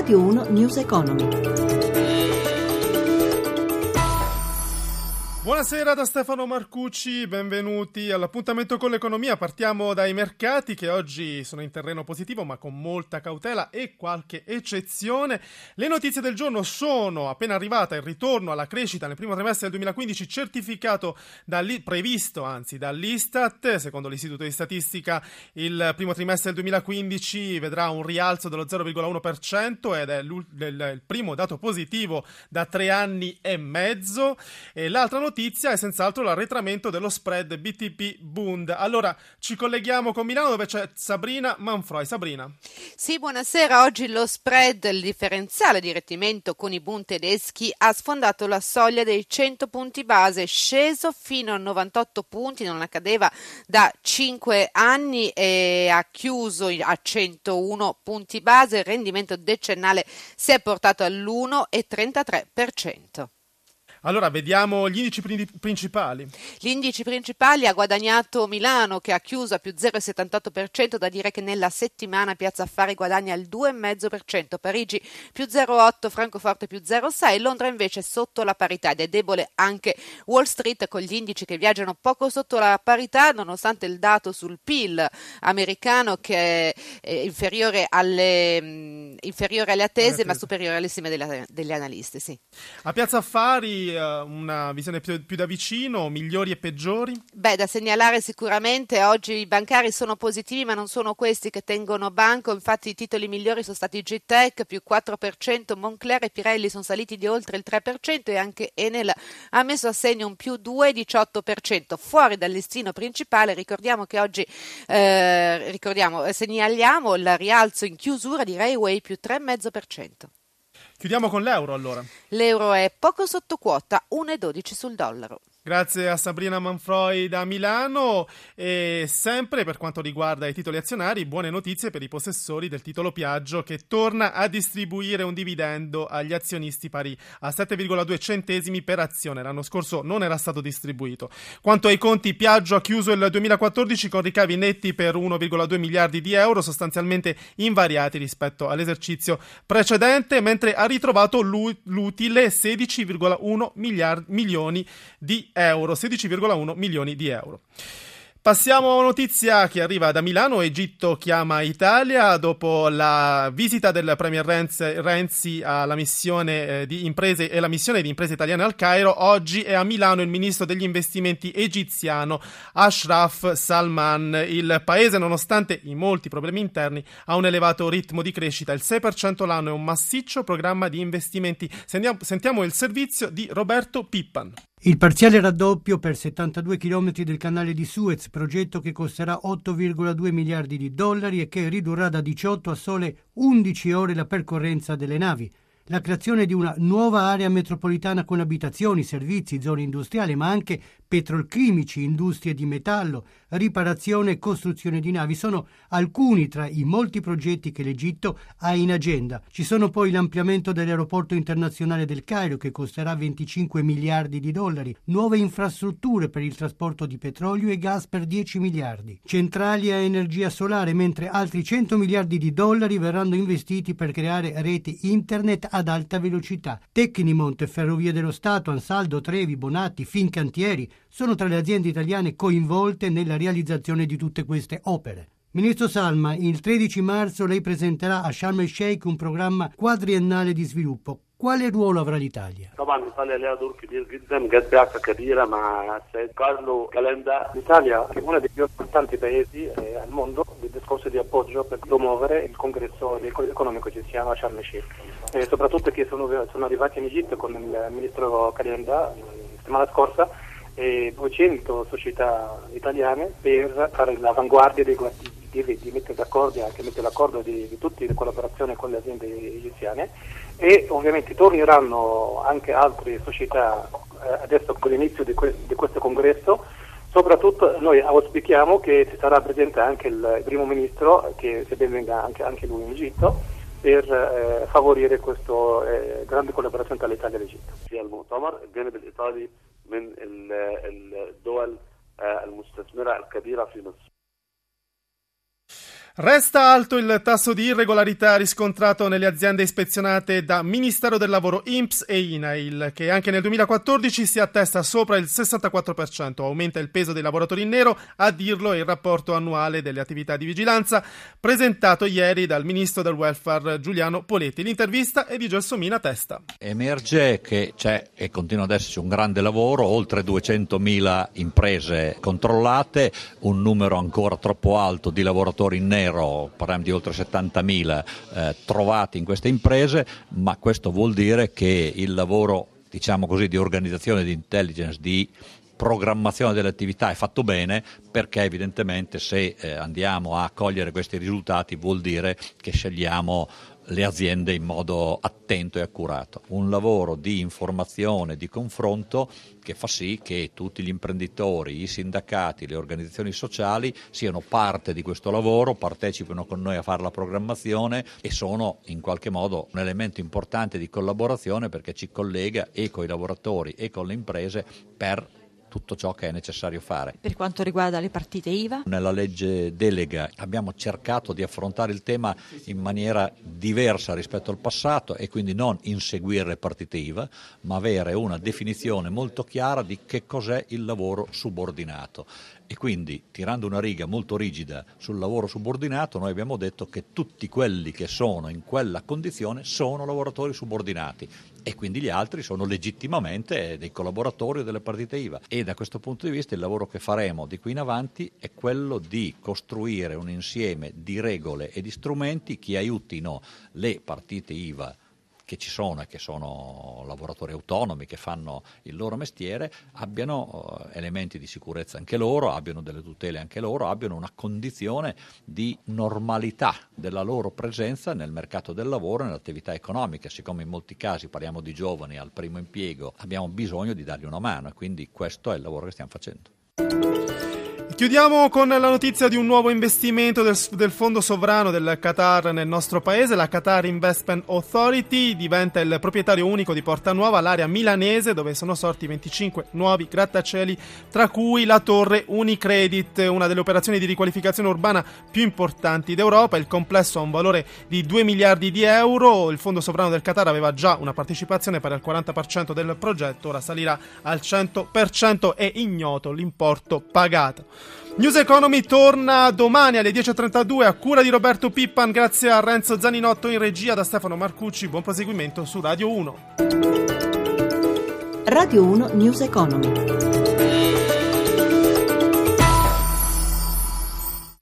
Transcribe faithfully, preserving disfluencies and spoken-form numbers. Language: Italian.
Radio uno News Economy. Buonasera da Stefano Marcucci, benvenuti all'appuntamento con l'economia. Partiamo dai mercati che oggi sono in terreno positivo ma con molta cautela e qualche eccezione. Le notizie del giorno sono appena arrivata il ritorno alla crescita nel primo trimestre del duemilaquindici certificato dall'I- previsto anzi dall'Istat. Secondo l'Istituto di Statistica il primo trimestre del duemilaquindici vedrà un rialzo dello zero virgola uno per cento ed è il, il primo dato positivo da tre anni e mezzo. E l'altra notizia Notizia è senz'altro l'arretramento dello spread B T P-Bund. Allora ci colleghiamo con Milano dove c'è Sabrina Manfroi. Sabrina. Sì, buonasera. Oggi lo spread, il differenziale di rettimento con i Bund tedeschi ha sfondato la soglia dei cento punti base, sceso fino a novantotto punti, non accadeva da cinque anni e ha chiuso a centouno punti base. Il rendimento decennale si è portato all'uno virgola trentatré per cento. Allora, vediamo gli indici principali. Gli indici principali ha guadagnato Milano, che ha chiuso a più zero virgola settantotto per cento, da dire che nella settimana Piazza Affari guadagna il due virgola cinque per cento, Parigi più zero virgola otto, Francoforte più zero virgola sei, Londra invece sotto la parità ed è debole anche Wall Street con gli indici che viaggiano poco sotto la parità nonostante il dato sul P I L americano che è inferiore alle, mh, inferiore alle attese ma superiore alle stime delle, degli analisti. Sì. A Piazza Affari una visione più, più da vicino, migliori e peggiori? Beh, da segnalare sicuramente oggi i bancari sono positivi ma non sono questi che tengono banco, infatti i titoli migliori sono stati G Tech più quattro per cento, Moncler e Pirelli sono saliti di oltre il tre per cento e anche Enel ha messo a segno un più due virgola diciotto per cento. Fuori dal listino principale ricordiamo che oggi eh, ricordiamo, segnaliamo il rialzo in chiusura di Railway più tre virgola cinque per cento. Chiudiamo con l'euro allora. L'euro è poco sotto quota, uno virgola dodici sul dollaro. Grazie a Sabrina Manfroi da Milano e sempre per quanto riguarda i titoli azionari, buone notizie per i possessori del titolo Piaggio che torna a distribuire un dividendo agli azionisti pari a sette virgola due centesimi per azione. L'anno scorso non era stato distribuito. Quanto ai conti, Piaggio ha chiuso il duemilaquattordici con ricavi netti per uno virgola due miliardi di euro, sostanzialmente invariati rispetto all'esercizio precedente, mentre ha ritrovato l'utile sedici virgola uno milioni di euro, sedici virgola uno milioni di euro. Passiamo a una notizia che arriva da Milano. Egitto chiama Italia dopo la visita del premier Renzi alla missione eh, di imprese e la missione di imprese italiane al Cairo. Oggi è a Milano il ministro degli investimenti egiziano Ashraf Salman. Il paese, nonostante i molti problemi interni, ha un elevato ritmo di crescita, il sei per cento l'anno e un massiccio programma di investimenti. Sentiamo, sentiamo il servizio di Roberto Pippan. Il parziale raddoppio per settantadue chilometri del canale di Suez, progetto che costerà otto virgola due miliardi di dollari e che ridurrà da diciotto a sole undici ore la percorrenza delle navi. La creazione di una nuova area metropolitana con abitazioni, servizi, zone industriali, ma anche petrolchimici, industrie di metallo, riparazione e costruzione di navi sono alcuni tra i molti progetti che l'Egitto ha in agenda. Ci sono poi l'ampliamento dell'aeroporto internazionale del Cairo che costerà venticinque miliardi di dollari, nuove infrastrutture per il trasporto di petrolio e gas per dieci miliardi, centrali a energia solare, mentre altri cento miliardi di dollari verranno investiti per creare reti internet ad alta velocità. Tecnimont, Ferrovie dello Stato, Ansaldo, Trevi, Bonatti, Fincantieri sono tra le aziende italiane coinvolte nella realizzazione di tutte queste opere. Ministro Salma, il tredici marzo lei presenterà a Sharm el Sheikh un programma quadriennale di sviluppo. Quale ruolo avrà l'Italia? طبعا ايطاليا لها دور كبير جدا، جت بعثه كبيره مع السيد كارلو كالندا. L'Italia è uno dei più importanti paesi eh, al mondo del discorso di appoggio per promuovere il congresso economico egiziano a Sharm el Sheikh, e soprattutto che sono, sono arrivati in Egitto con il ministro Calenda la settimana scorsa e duecento società italiane per fare l'avanguardia dei Di, di mettere d'accordo e anche mettere d'accordo di, di tutte le collaborazioni con le aziende egiziane, e ovviamente torneranno anche altre società eh, adesso con l'inizio di, que- di questo congresso. Soprattutto noi auspichiamo che ci sarà presente anche il primo ministro, che se ben venga anche, anche lui in Egitto, per eh, favorire questa eh, grande collaborazione tra l'Italia e l'Egitto. في المؤتمر الجانب الإيطالي من الدول المستثمرة الكبيرة في مصر. Resta alto il tasso di irregolarità riscontrato nelle aziende ispezionate da Ministero del Lavoro, I N P S e I N A I L, che anche nel duemilaquattordici si attesta sopra il sessantaquattro per cento. Aumenta il peso dei lavoratori in nero, a dirlo è il rapporto annuale delle attività di vigilanza presentato ieri dal ministro del welfare Giuliano Poletti. L'intervista è di Gelsomina Testa. Emerge che c'è e continua ad esserci un grande lavoro, oltre duecentomila imprese controllate, un numero ancora troppo alto di lavoratori in nero, parliamo di oltre settantamila eh, trovati in queste imprese, ma questo vuol dire che il lavoro, diciamo così, di organizzazione, di intelligence, di programmazione delle attività è fatto bene, perché evidentemente se eh, andiamo a cogliere questi risultati vuol dire che scegliamo le aziende in modo attento e accurato. Un lavoro di informazione, di confronto che fa sì che tutti gli imprenditori, i sindacati, le organizzazioni sociali siano parte di questo lavoro, partecipino con noi a fare la programmazione e sono in qualche modo un elemento importante di collaborazione, perché ci collega e con i lavoratori e con le imprese per tutto ciò che è necessario fare. Per quanto riguarda le partite I V A? Nella legge delega abbiamo cercato di affrontare il tema in maniera diversa rispetto al passato e quindi non inseguire le partite I V A, ma avere una definizione molto chiara di che cos'è il lavoro subordinato. E quindi, tirando una riga molto rigida sul lavoro subordinato, noi abbiamo detto che tutti quelli che sono in quella condizione sono lavoratori subordinati e quindi gli altri sono legittimamente dei collaboratori o delle partite I V A. E da questo punto di vista il lavoro che faremo di qui in avanti è quello di costruire un insieme di regole e di strumenti che aiutino le partite I V A che ci sono e che sono lavoratori autonomi che fanno il loro mestiere, abbiano eh, elementi di sicurezza anche loro, abbiano delle tutele anche loro, abbiano una condizione di normalità della loro presenza nel mercato del lavoro e nell'attività economica. Siccome in molti casi parliamo di giovani al primo impiego, abbiamo bisogno di dargli una mano e quindi questo è il lavoro che stiamo facendo. Chiudiamo con la notizia di un nuovo investimento del, del fondo sovrano del Qatar nel nostro paese. La Qatar Investment Authority diventa il proprietario unico di Porta Nuova, l'area milanese dove sono sorti venticinque nuovi grattacieli, tra cui la torre Unicredit, una delle operazioni di riqualificazione urbana più importanti d'Europa. Il complesso ha un valore di due miliardi di euro. Il fondo sovrano del Qatar aveva già una partecipazione pari al quaranta per cento del progetto, ora salirà al cento per cento, è ignoto l'importo pagato. News Economy torna domani alle dieci e trentadue a cura di Roberto Pippan, grazie a Renzo Zaninotto in regia, da Stefano Marcucci. Buon proseguimento su Radio uno. Radio uno News Economy.